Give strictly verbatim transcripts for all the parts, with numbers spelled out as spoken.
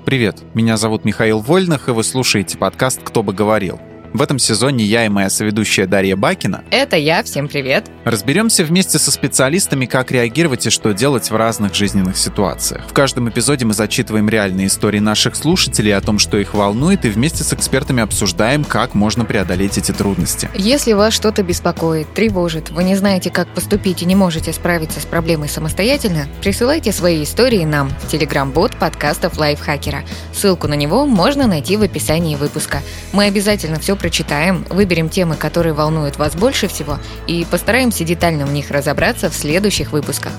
Привет, меня зовут Михаил Вольных, и вы слушаете подкаст «Кто бы говорил». В этом сезоне я и моя соведущая Дарья Бакина. Это я, всем привет. Разберемся вместе со специалистами, как реагировать и что делать в разных жизненных ситуациях. В каждом эпизоде мы зачитываем реальные истории наших слушателей о том, что их волнует, и вместе с экспертами обсуждаем, как можно преодолеть эти трудности. Если вас что-то беспокоит, тревожит, вы не знаете, как поступить и не можете справиться с проблемой самостоятельно, присылайте свои истории нам в телеграм-бот подкастов Лайфхакера. Ссылку на него можно найти в описании выпуска. Мы обязательно все прочитаем, выберем темы, которые волнуют вас больше всего, и постараемся детально в них разобраться в следующих выпусках.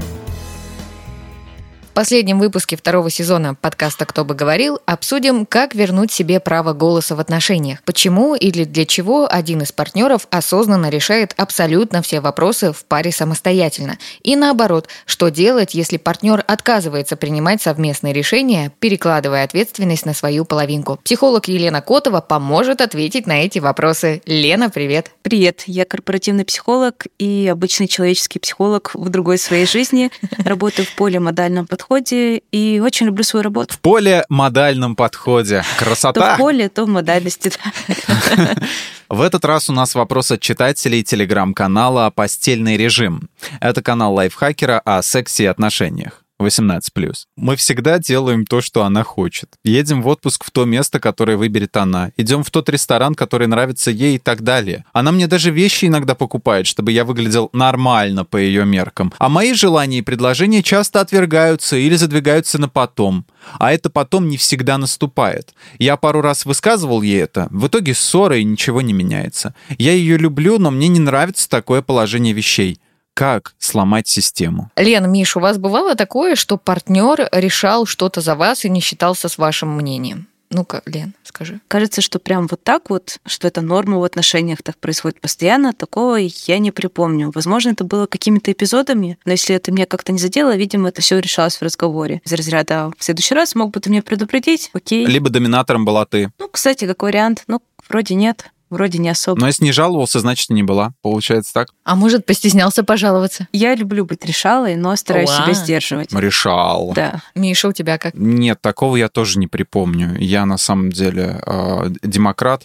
В последнем выпуске второго сезона подкаста «Кто бы говорил» обсудим, как вернуть себе право голоса в отношениях, почему или для чего один из партнеров осознанно решает абсолютно все вопросы в паре самостоятельно, и наоборот, что делать, если партнер отказывается принимать совместные решения, перекладывая ответственность на свою половинку. Психолог Елена Котова поможет ответить на эти вопросы. Лена, привет! Привет, я корпоративный психолог и обычный человеческий психолог в другой своей жизни, работаю в полимодальном подходе и очень люблю свою работу. В полимодальном подходе. Красота! То в поле, то в модальности. В этот раз у нас вопрос от читателей телеграм-канала «Постельный режим». Это канал Лайфхакера о сексе и отношениях. восемнадцать плюс. Мы всегда делаем то, что она хочет. Едем в отпуск в то место, которое выберет она. Идем в тот ресторан, который нравится ей и так далее. Она мне даже вещи иногда покупает, чтобы я выглядел нормально по ее меркам. А мои желания и предложения часто отвергаются или задвигаются на потом. А это потом не всегда наступает. Я пару раз высказывал ей это. В итоге ссора, и ничего не меняется. Я ее люблю, но мне не нравится такое положение вещей. Как сломать систему? Лен, Миш, у вас бывало такое, что партнер решал что-то за вас и не считался с вашим мнением? Ну-ка, Лен, скажи. Кажется, что прям вот так вот, что это норма в отношениях, так происходит постоянно, такого я не припомню. Возможно, это было какими-то эпизодами, но если это меня как-то не задело, видимо, это все решалось в разговоре. Из разряда «в следующий раз мог бы ты меня предупредить?» Окей. Либо доминатором была ты. Ну, кстати, как вариант. Ну, вроде нет. Вроде не особо. Но если не жаловался, значит, и не была. Получается так? А может, постеснялся пожаловаться? Я люблю быть решалой, но стараюсь Уа. себя сдерживать. Решал. Да. Миша, у тебя как? Нет, такого я тоже не припомню. Я на самом деле э, демократ,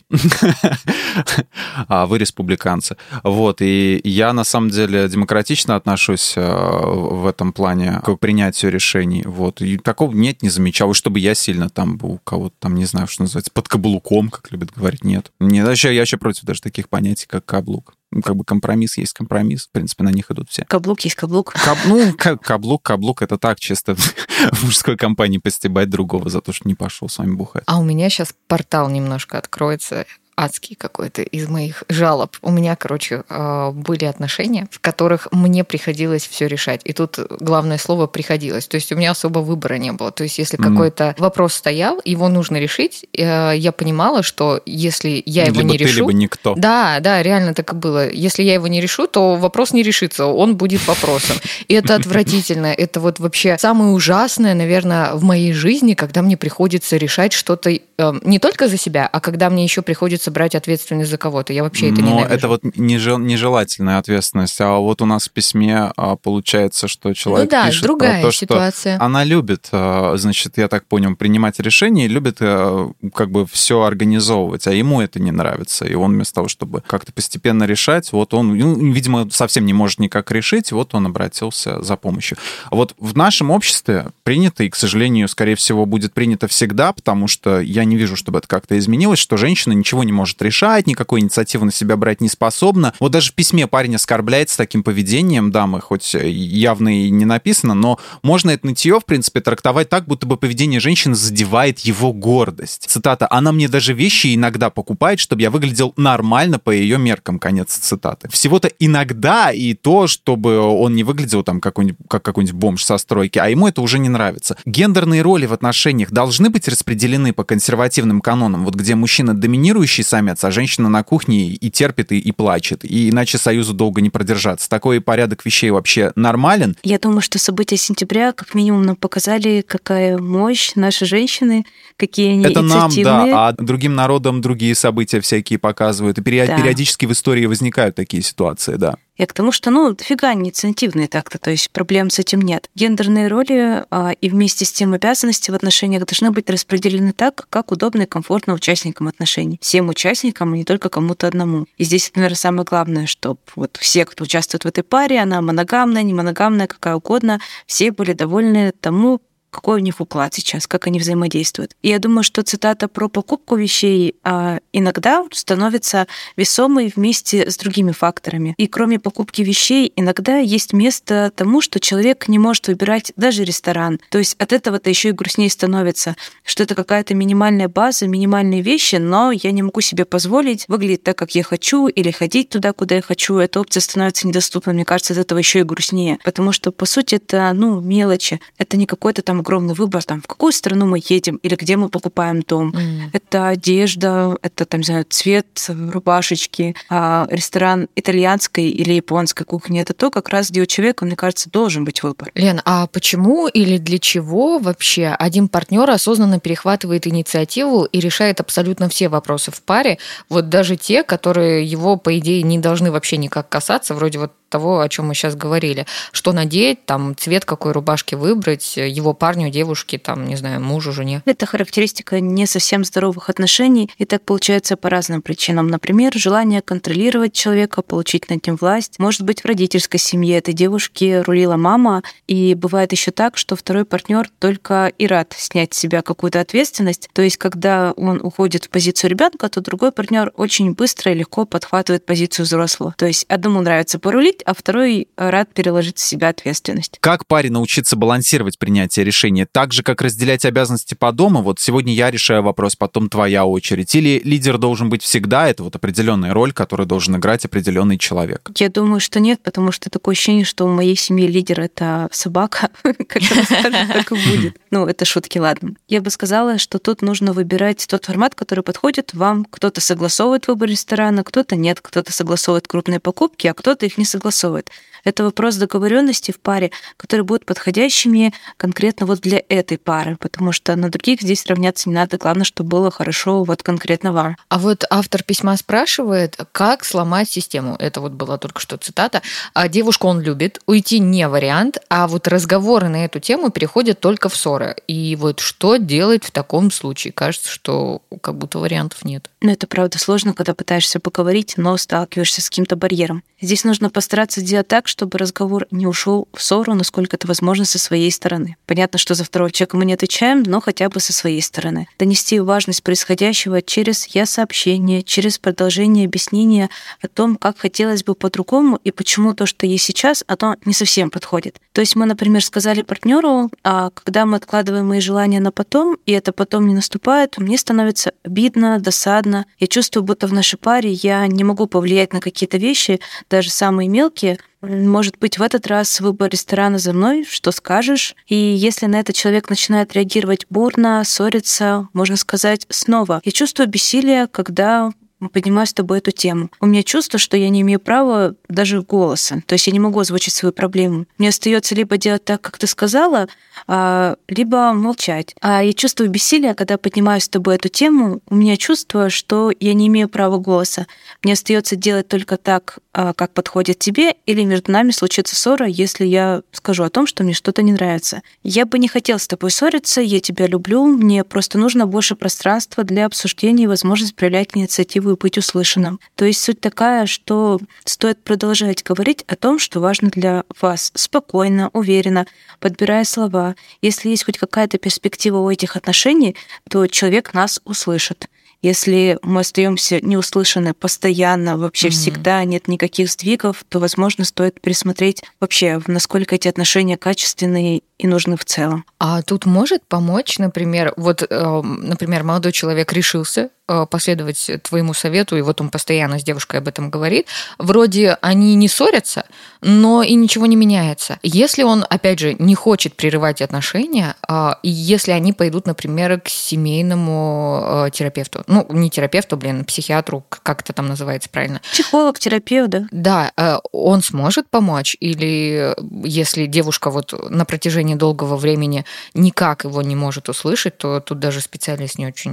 а вы республиканцы. Вот, и я на самом деле демократично отношусь э, в этом плане к принятию решений. Вот, и такого нет, не замечал. И чтобы я сильно там был у кого-то там, не знаю, что называется, под каблуком, как любят говорить, нет. Нет, вообще, я вообще против даже таких понятий, как каблук. Ну, как бы компромисс есть компромисс. В принципе, на них идут все. Каблук есть каблук. Каб, ну, как каблук, каблук, это так, чисто в мужской компании постебать другого за то, что не пошел с вами бухать. А у меня сейчас портал немножко откроется, адский какой-то из моих жалоб. У меня, короче, были отношения, в которых мне приходилось все решать. И тут главное слово «приходилось». То есть у меня особо выбора не было. То есть если mm-hmm. какой-то вопрос стоял, его нужно решить, я понимала, что если я его либо не ты, решу... либо никто. Да, да, реально так и было. Если я его не решу, то вопрос не решится, он будет вопросом. И это отвратительно. Это вот вообще самое ужасное, наверное, в моей жизни, когда мне приходится решать что-то не только за себя, а когда мне еще приходится брать ответственность за кого-то. Я вообще это ненавижу. Но это вот нежелательная ответственность. А вот у нас в письме получается, что человек ну да, пишет другая про то, ситуация. Что она любит, значит, я так понял, принимать решения и любит как бы все организовывать, а ему это не нравится. И он вместо того, чтобы как-то постепенно решать, вот он, ну, видимо, совсем не может никак решить, вот он обратился за помощью. Вот в нашем обществе принято, и, к сожалению, скорее всего, будет принято всегда, потому что я не вижу, чтобы это как-то изменилось, что женщина ничего не может решать, никакой инициативы на себя брать не способна. Вот даже в письме парень оскорбляется таким поведением дамы, хоть явно и не написано, но можно это нытье, в принципе, трактовать так, будто бы поведение женщины задевает его гордость. Цитата: «Она мне даже вещи иногда покупает, чтобы я выглядел нормально по ее меркам». Конец цитаты. Всего-то иногда и то, чтобы он не выглядел там какой-нибудь, как какой-нибудь бомж со стройки, а ему это уже не нравится. Гендерные роли в отношениях должны быть распределены по консервативным канонам, вот где мужчина доминирующий самец, а женщина на кухне и терпит, и, и плачет. И иначе союзу долго не продержаться. Такой порядок вещей вообще нормален? Я думаю, что события сентября как минимум нам показали, какая мощь нашей женщины, какие они это инициативные. Это нам, да, а другим народам другие события всякие показывают. И периодически да. в истории возникают такие ситуации, да. Я к тому, что, ну, дофига они инициативные так-то, то есть проблем с этим нет. Гендерные роли а, и вместе с тем обязанности в отношениях должны быть распределены так, как удобно и комфортно участникам отношений. Всем участникам, а не только кому-то одному. И здесь, наверное, самое главное, чтобы вот все, кто участвует в этой паре, она моногамная, не моногамная, какая угодно, все были довольны тому, какой у них уклад сейчас, как они взаимодействуют. И я думаю, что цитата про покупку вещей а, иногда становится весомой вместе с другими факторами. И кроме покупки вещей, иногда есть место тому, что человек не может выбирать даже ресторан. То есть от этого-то еще и грустнее становится, что это какая-то минимальная база, минимальные вещи, но я не могу себе позволить выглядеть так, как я хочу, или ходить туда, куда я хочу. Эта опция становится недоступна. Мне кажется, от этого еще и грустнее. Потому что, по сути, это, ну, мелочи. Это не какой-то там огромный выбор, там, в какую страну мы едем или где мы покупаем дом. Mm. Это одежда, это, там, не знаю, цвет рубашечки, а ресторан итальянской или японской кухни. Это то, как раз, где у человека, мне кажется, должен быть выбор. Лен, а почему или для чего вообще один партнер осознанно перехватывает инициативу и решает абсолютно все вопросы в паре, вот даже те, которые его, по идее, не должны вообще никак касаться, вроде вот того, о чем мы сейчас говорили. Что надеть, там, цвет какой рубашки выбрать, его парню, девушке, там, не знаю, мужу, жене. Это характеристика не совсем здоровых отношений, и так получается по разным причинам. Например, желание контролировать человека, получить над ним власть. Может быть, в родительской семье этой девушки рулила мама, и бывает еще так, что второй партнер только и рад снять с себя какую-то ответственность. То есть, когда он уходит в позицию ребенка, то другой партнер очень быстро и легко подхватывает позицию взрослого. То есть, одному нравится порулить, а второй рад переложить с себя ответственность. Как паре научиться балансировать принятие решения? Так же, как разделять обязанности по дому? Вот сегодня я решаю вопрос, потом твоя очередь. Или лидер должен быть всегда? Это вот определенная роль, которую должен играть определенный человек. Я думаю, что нет, потому что такое ощущение, что у моей семьи лидер — это собака. Как расскажет, так и будет. Ну, это шутки, ладно. Я бы сказала, что тут нужно выбирать тот формат, который подходит вам. Кто-то согласовывает выбор ресторана, кто-то нет. Кто-то согласовывает крупные покупки, а кто-то их не согласовывает. Это вопрос договоренности в паре, которые будут подходящими конкретно вот для этой пары, потому что на других здесь равняться не надо. Главное, чтобы было хорошо вот конкретно вам. А вот автор письма спрашивает, как сломать систему. Это вот была только что цитата. А девушку он любит, уйти не вариант, а вот разговоры на эту тему переходят только в ссоры. И вот что делать в таком случае? Кажется, что как будто вариантов нет. Ну, это правда сложно, когда пытаешься поговорить, но сталкиваешься с каким-то барьером. Здесь нужно постараться сделать так, чтобы разговор не ушел в ссору, насколько это возможно со своей стороны. Понятно, что за второго человека мы не отвечаем, но хотя бы со своей стороны. Донести важность происходящего через я-сообщение, через продолжение объяснения о том, как хотелось бы по-другому и почему то, что есть сейчас, оно не совсем подходит. То есть мы, например, сказали партнеру, а когда мы откладываем мои желания на потом, и это потом не наступает, мне становится обидно, досадно. Я чувствую, будто в нашей паре я не могу повлиять на какие-то вещи, даже самые мелкие. Может быть, в этот раз выбор ресторана за мной, что скажешь? И если на это человек начинает реагировать бурно, ссориться, можно сказать, снова. Я чувствую бессилие, когда поднимаю с тобой эту тему. У меня чувство, что я не имею права даже голоса. То есть я не могу озвучить свою проблему. Мне остается либо делать так, как ты сказала, либо молчать. А я чувствую бессилие, когда поднимаю с тобой эту тему. У меня чувство, что я не имею права голоса. Мне остается делать только так, как подходит тебе, или между нами случится ссора, если я скажу о том, что мне что-то не нравится. Я бы не хотела с тобой ссориться, я тебя люблю, мне просто нужно больше пространства для обсуждения и возможность проявлять инициативу и быть услышанным. То есть суть такая, что стоит продолжать говорить о том, что важно для вас. Спокойно, уверенно, подбирая слова. Если есть хоть какая-то перспектива у этих отношений, то человек нас услышит. Если мы остаемся неуслышаны постоянно, вообще mm-hmm. всегда нет никаких сдвигов, то, возможно, стоит пересмотреть вообще, насколько эти отношения качественные и нужны в целом. А тут может помочь, например, вот, например, молодой человек решился последовать твоему совету, и вот он постоянно с девушкой об этом говорит. Вроде они не ссорятся, но и ничего не меняется. Если он, опять же, не хочет прерывать отношения, и если они пойдут, например, к семейному терапевту, ну, не терапевту, блин, психиатру, как это там называется правильно? Психолог, терапевт, да. Да, он сможет помочь? Или если девушка вот на протяжении долгого времени никак его не может услышать, то тут даже специалист не очень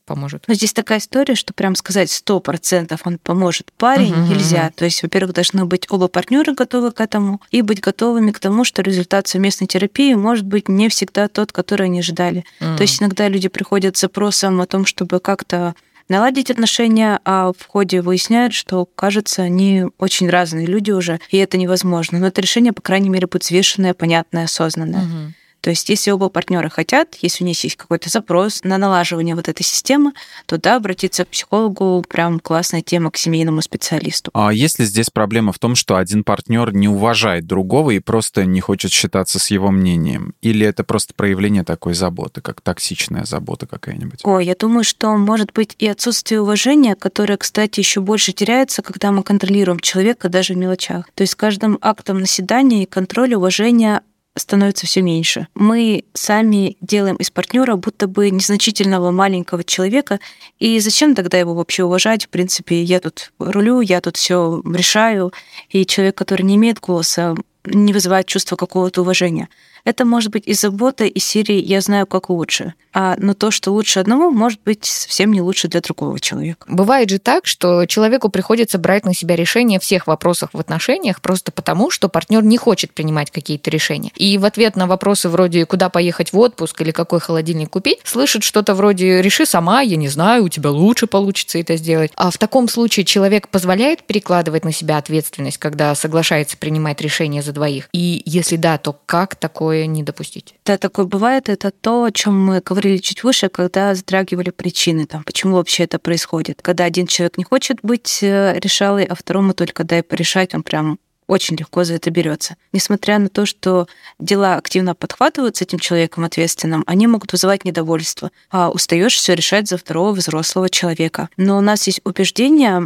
поможет? Но здесь такая история, что прям сказать сто процентов он поможет паре uh-huh, нельзя. Uh-huh. То есть, во-первых, должны быть оба партнера готовы к этому и быть готовыми к тому, что результат совместной терапии может быть не всегда тот, который они ожидали. Uh-huh. То есть иногда люди приходят с запросом о том, чтобы как-то наладить отношения, а в ходе выясняют, что, кажется, они очень разные люди уже, и это невозможно. Но это решение, по крайней мере, будет взвешенное, понятное, осознанное. Uh-huh. То есть, если оба партнера хотят, если у них есть какой-то запрос на налаживание вот этой системы, то да, обратиться к психологу прям классная тема, к семейному специалисту. А если здесь проблема в том, что один партнер не уважает другого и просто не хочет считаться с его мнением? Или это просто проявление такой заботы, как токсичная забота какая-нибудь? Ой, я думаю, что может быть и отсутствие уважения, которое, кстати, еще больше теряется, когда мы контролируем человека даже в мелочах. То есть с каждым актом наседания и контроля уважения становится все меньше. Мы сами делаем из партнера будто бы незначительного маленького человека, и зачем тогда его вообще уважать? В принципе, я тут рулю, я тут все решаю, и человек, который не имеет голоса, не вызывает чувства какого-то уважения. Это может быть из заботы, из серии «я знаю, как лучше». А, но то, что лучше одному, может быть совсем не лучше для другого человека. Бывает же так, что человеку приходится брать на себя решение всех вопросов в отношениях просто потому, что партнер не хочет принимать какие-то решения. И в ответ на вопросы вроде «куда поехать в отпуск» или «какой холодильник купить» слышит что-то вроде «реши сама, я не знаю, у тебя лучше получится это сделать». А в таком случае человек позволяет перекладывать на себя ответственность, когда соглашается принимать решения за двоих? И если да, то как такое не допустить? Да, такое бывает. Это то, о чем мы говорили чуть выше, когда затрагивали причины, там, почему вообще это происходит. Когда один человек не хочет быть решалой, а второму только дай порешать, он прям очень легко за это берется. Несмотря на то, что дела активно подхватывают с этим человеком ответственным, они могут вызывать недовольство. А устаешь все решать за второго взрослого человека. Но у нас есть убеждение,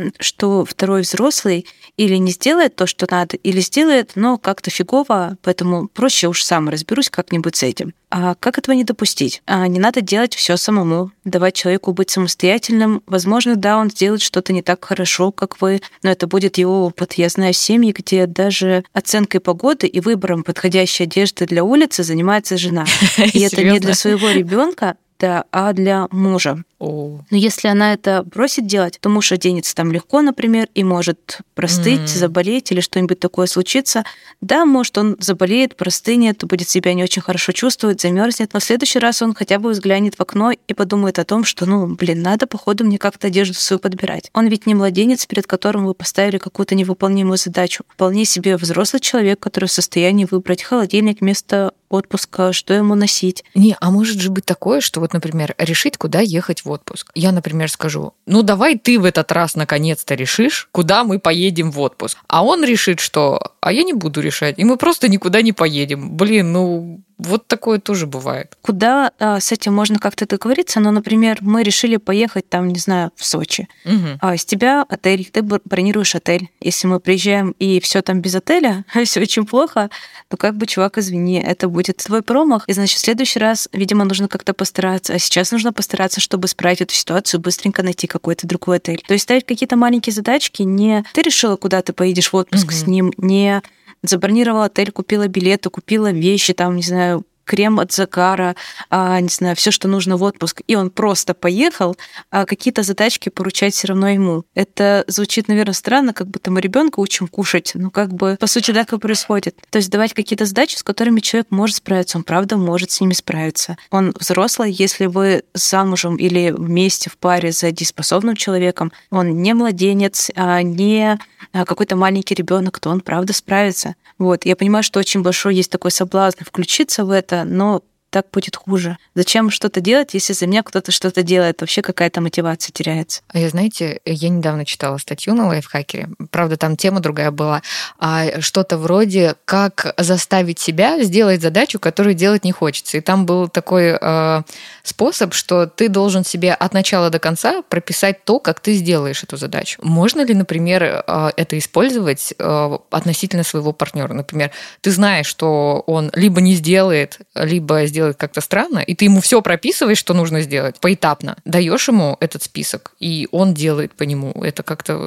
что второй взрослый или не сделает то, что надо, или сделает, но как-то фигово, поэтому проще уж сам разберусь как-нибудь с этим. А как этого не допустить? А не надо делать все самому, давать человеку быть самостоятельным. Возможно, да, он сделает что-то не так хорошо, как вы, но это будет его опыт. Я знаю семьи, где даже оценкой погоды и выбором подходящей одежды для улицы занимается жена. И это не для своего ребенка, да, а для мужа. Oh. Но если она это бросит делать, то муж оденется там легко, например, и может простыть, mm. заболеть или что-нибудь такое случится. Да, может, он заболеет, простынет, будет себя не очень хорошо чувствовать, замерзнет, но в следующий раз он хотя бы взглянет в окно и подумает о том, что, ну, блин, надо, походу, мне как-то одежду свою подбирать. Он ведь не младенец, перед которым вы поставили какую-то невыполнимую задачу. Вполне себе взрослый человек, который в состоянии выбрать холодильник вместо отпуска, что ему носить. Не, а может же быть такое, что вот, например, решить, куда ехать в отпуск. Я, например, скажу, ну давай ты в этот раз наконец-то решишь, куда мы поедем в отпуск. А он решит, что а я не буду решать, и мы просто никуда не поедем. Блин, ну... Вот такое тоже бывает. Куда а, с этим можно как-то договориться? Ну, например, мы решили поехать там, не знаю, в Сочи. Угу. А с тебя отель, ты бронируешь отель. Если мы приезжаем и все там без отеля, все очень плохо, то как бы, чувак, извини, это будет твой промах. И значит, в следующий раз, видимо, нужно как-то постараться. А сейчас нужно постараться, чтобы исправить эту ситуацию, быстренько найти какой-то другой отель. То есть ставить какие-то маленькие задачки. Не ты решила, куда ты поедешь в отпуск угу. с ним, не забронировала отель, купила билеты, купила вещи, там, не знаю, крем от загара, а, не знаю, все, что нужно в отпуск, и он просто поехал, а какие-то задачки поручать все равно ему. Это звучит, наверное, странно, как будто мы ребенка учим кушать, но как бы по сути так и происходит. То есть давать какие-то задачи, с которыми человек может справиться, он правда может с ними справиться. Он взрослый, если вы замужем или вместе в паре за дееспособным человеком, он не младенец, а не какой-то маленький ребенок, то он правда справится. Вот. Я понимаю, что очень большой есть такой соблазн включиться в это, но так будет хуже. Зачем что-то делать, если за меня кто-то что-то делает? Вообще какая-то мотивация теряется. А я, знаете, я недавно читала статью на Лайфхакере. Правда, там тема другая была. А что-то вроде «Как заставить себя сделать задачу, которую делать не хочется». И там был такой э, способ, что ты должен себе от начала до конца прописать то, как ты сделаешь эту задачу. Можно ли, например, э, это использовать э, относительно своего партнера? Например, ты знаешь, что он либо не сделает, либо сделает как-то странно, и ты ему все прописываешь, что нужно сделать, поэтапно. Даешь ему этот список, и он делает по нему. Это как-то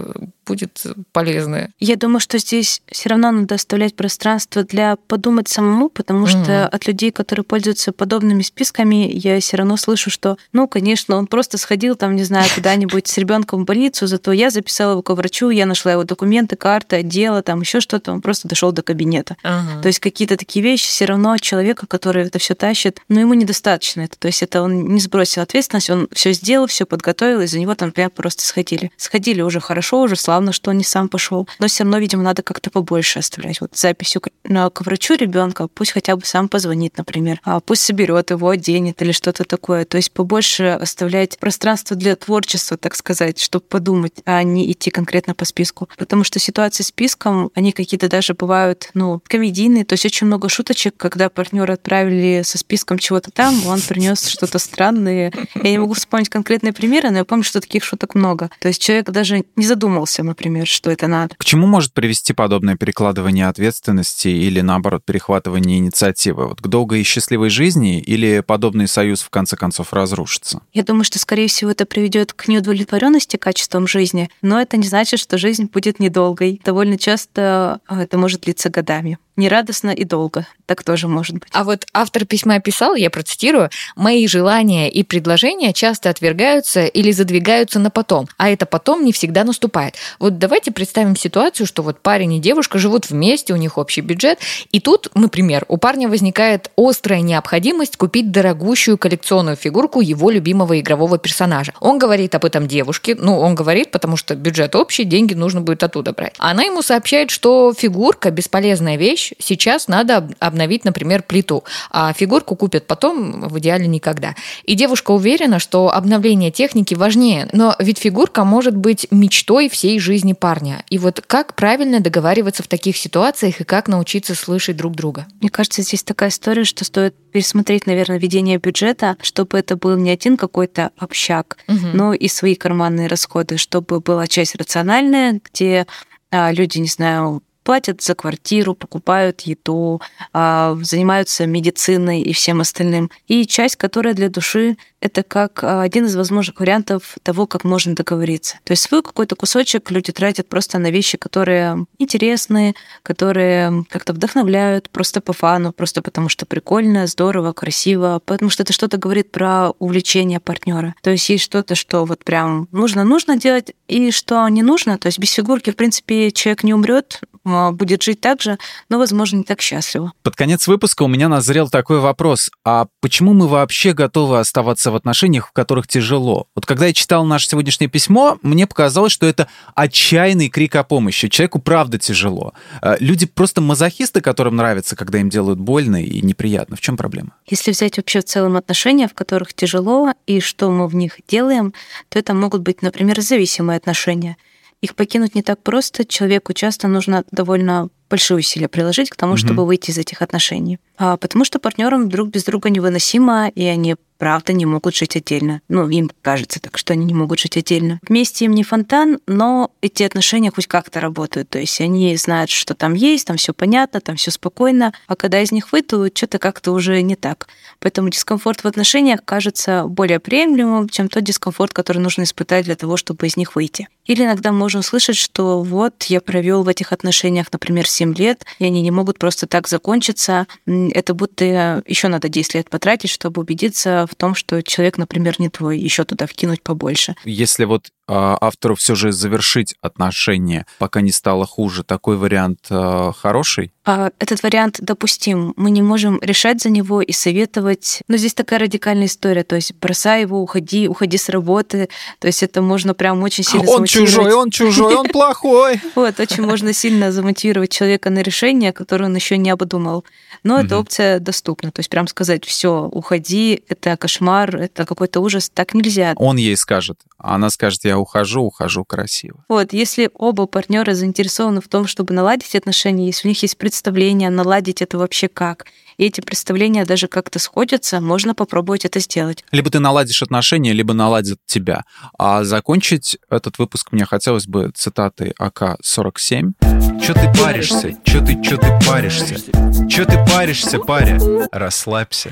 будет полезное. Я думаю, что здесь все равно надо оставлять пространство для подумать самому, потому mm-hmm. что от людей, которые пользуются подобными списками, я все равно слышу, что, ну, конечно, он просто сходил там, не знаю, куда-нибудь с ребенком в больницу, зато я записала его к врачу, я нашла его документы, карты, отдела, там еще что-то, он просто дошел до кабинета. Uh-huh. То есть какие-то такие вещи все равно от человека, который это все тащит, но ему недостаточно это. То есть это он не сбросил ответственность, он все сделал, все подготовил, и за него там прям просто сходили. Сходили уже хорошо, уже славно, что он не сам пошел, но все равно, видимо, надо как-то побольше оставлять. Вот записью к, к врачу ребенка, пусть хотя бы сам позвонит, например, а пусть соберет его, оденет или что-то такое. То есть побольше оставлять пространство для творчества, так сказать, чтобы подумать, а не идти конкретно по списку. Потому что ситуации с списком, они какие-то даже бывают, ну, комедийные. То есть очень много шуточек, когда партнера отправили со списком чего-то там, он принес что-то странное. Я не могу вспомнить конкретные примеры, но я помню, что таких шуток много. То есть человек даже не задумался, например, что это надо. К чему может привести подобное перекладывание ответственности или, наоборот, перехватывание инициативы? Вот к долгой и счастливой жизни или подобный союз в конце концов разрушится? Я думаю, что, скорее всего, это приведет к неудовлетворенности качеством жизни, но это не значит, что жизнь будет недолгой. Довольно часто это может длиться годами. Нерадостно и долго. Так тоже может быть. А вот автор письма писал, я процитирую, «Мои желания и предложения часто отвергаются или задвигаются на потом, а это потом не всегда наступает». Вот давайте представим ситуацию, что вот парень и девушка живут вместе, у них общий бюджет, и тут, например, у парня возникает острая необходимость купить дорогущую коллекционную фигурку его любимого игрового персонажа. Он говорит об этом девушке, ну, он говорит, потому что бюджет общий, деньги нужно будет оттуда брать. Она ему сообщает, что фигурка – бесполезная вещь, сейчас надо обновить, например, плиту, а фигурку купят потом, в идеале никогда. И девушка уверена, что обновление техники важнее, но ведь фигурка может быть мечтой всей жизни парня. И вот как правильно договариваться в таких ситуациях и как научиться слышать друг друга? Мне кажется, здесь такая история, что стоит пересмотреть, наверное, ведение бюджета, чтобы это был не один какой-то общак, угу. но и свои карманные расходы, чтобы была часть рациональная, где а, люди, не знаю, платят за квартиру, покупают еду, занимаются медициной и всем остальным. И часть, которая для души, это как один из возможных вариантов того, как можно договориться. То есть свой какой-то кусочек люди тратят просто на вещи, которые интересные, которые как-то вдохновляют, просто по фану, просто потому что прикольно, здорово, красиво, потому что это что-то говорит про увлечение партнера. То есть есть что-то, что вот прям нужно-нужно делать, и что не нужно. То есть без фигурки, в принципе, человек не умрет, будет жить так же, но, возможно, не так счастливо. Под конец выпуска у меня назрел такой вопрос. А почему мы вообще готовы оставаться в отношениях, в которых тяжело? Вот когда я читал наше сегодняшнее письмо, мне показалось, что это отчаянный крик о помощи. Человеку правда тяжело. Люди просто мазохисты, которым нравится, когда им делают больно и неприятно. В чем проблема? Если взять вообще в целом отношения, в которых тяжело, и что мы в них делаем, то это могут быть, например, зависимые отношения. Их покинуть не так просто. Человеку часто нужно довольно большие усилия приложить к тому, угу. чтобы выйти из этих отношений. А, потому что партнерам друг без друга невыносимо, и они правда не могут жить отдельно. Ну, им кажется так, что они не могут жить отдельно. Вместе им не фонтан, но эти отношения хоть как-то работают. То есть они знают, что там есть, там все понятно, там все спокойно, а когда из них выйдут, что-то как-то уже не так. Поэтому дискомфорт в отношениях кажется более приемлемым, чем тот дискомфорт, который нужно испытать для того, чтобы из них выйти. Или иногда можно услышать, что вот я провел в этих отношениях, например, семь лет, и они не могут просто так закончиться. Это будто еще надо десять лет потратить, чтобы убедиться в том, что человек, например, не твой, еще туда вкинуть побольше. Если вот э, автору все же завершить отношения, пока не стало хуже, такой вариант э, хороший? Этот вариант допустим. Мы не можем решать за него и советовать. Но здесь такая радикальная история. То есть бросай его, уходи, уходи с работы. То есть это можно прям очень сильно он замотивировать. Он чужой, он чужой, он плохой. Вот, очень можно сильно замотивировать человека на решение, которое он еще не обдумал. Но эта опция доступна. То есть прям сказать, все, уходи, это кошмар, это какой-то ужас. Так нельзя. Он ей скажет, а она скажет, я ухожу, ухожу красиво. Вот, если оба партнера заинтересованы в том, чтобы наладить отношения, если у них есть представление, наладить это вообще как, и эти представления даже как-то сходятся, можно попробовать это сделать. Либо ты наладишь отношения, либо наладят тебя. А закончить этот выпуск мне хотелось бы цитатой А К сорок семь. Чё ты паришься? Чё ты, чё ты паришься? Чё ты паришься, паря? Расслабься.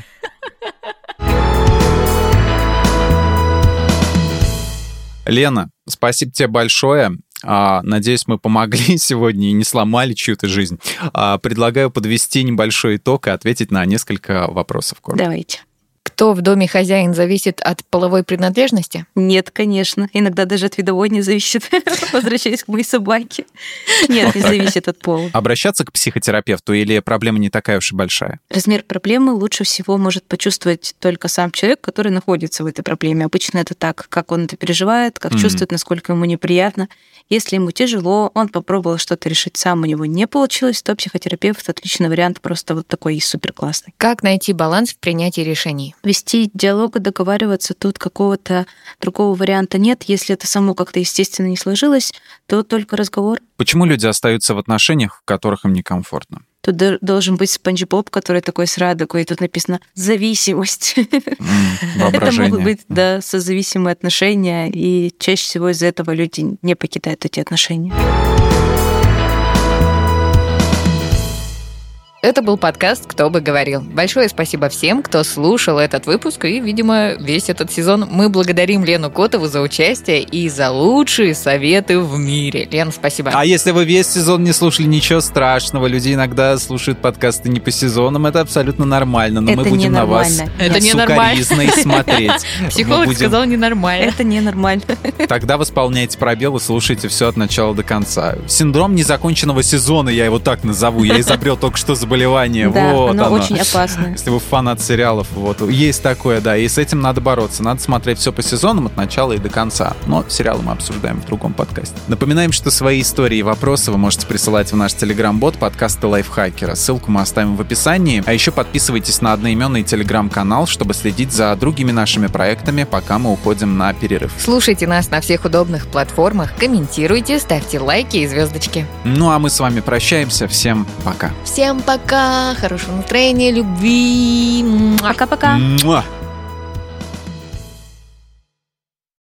Лена, спасибо тебе большое. Надеюсь, мы помогли сегодня и не сломали чью-то жизнь. Предлагаю подвести небольшой итог и ответить на несколько вопросов. Давайте. Кто в доме хозяин зависит от половой принадлежности? Нет, конечно. Иногда даже от видовой не зависит. Возвращаясь к моей собаке. Нет, не зависит от пола. Обращаться к психотерапевту или проблема не такая уж и большая? Размер проблемы лучше всего может почувствовать только сам человек, который находится в этой проблеме. Обычно это так, как он это переживает, как mm-hmm. чувствует, насколько ему неприятно. Если ему тяжело, он попробовал что-то решить сам, у него не получилось, то психотерапевт — отличный вариант, просто вот такой супер классный. Как найти баланс в принятии решений? Вести диалог и договариваться, тут какого-то другого варианта нет. Если это само как-то естественно не сложилось, то только разговор. Почему люди остаются в отношениях, в которых им некомфортно? Тут должен быть Спанч Боб, который такой с радугой, и тут написано «зависимость». Mm, это могут быть, да, созависимые отношения, и чаще всего из-за этого люди не покидают эти отношения. Это был подкаст «Кто бы говорил». Большое спасибо всем, кто слушал этот выпуск и, видимо, весь этот сезон. Мы благодарим Лену Котову за участие и за лучшие советы в мире. Лен, спасибо. А если вы весь сезон не слушали, ничего страшного. Люди иногда слушают подкасты не по сезонам. Это абсолютно нормально. Но это мы будем на вас сукоризной смотреть. Психолог будем... сказал ненормально. Это ненормально. Тогда восполняйте пробел и слушайте все от начала до конца. Синдром незаконченного сезона, я его так назову. Я изобрел только что заболевание. Да, вот оно, оно очень опасно. Если вы фанат сериалов, вот есть такое, да, и с этим надо бороться. Надо смотреть все по сезонам от начала и до конца. Но сериалы мы обсуждаем в другом подкасте. Напоминаем, что свои истории и вопросы вы можете присылать в наш телеграм-бот подкаста Лайфхакера. Ссылку мы оставим в описании. А еще подписывайтесь на одноименный телеграм-канал, чтобы следить за другими нашими проектами, пока мы уходим на перерыв. Слушайте нас на всех удобных платформах, комментируйте, ставьте лайки и звездочки. Ну а мы с вами прощаемся. Всем пока. Всем пока. Хорошего настроения, любви. Пока-пока. Муа.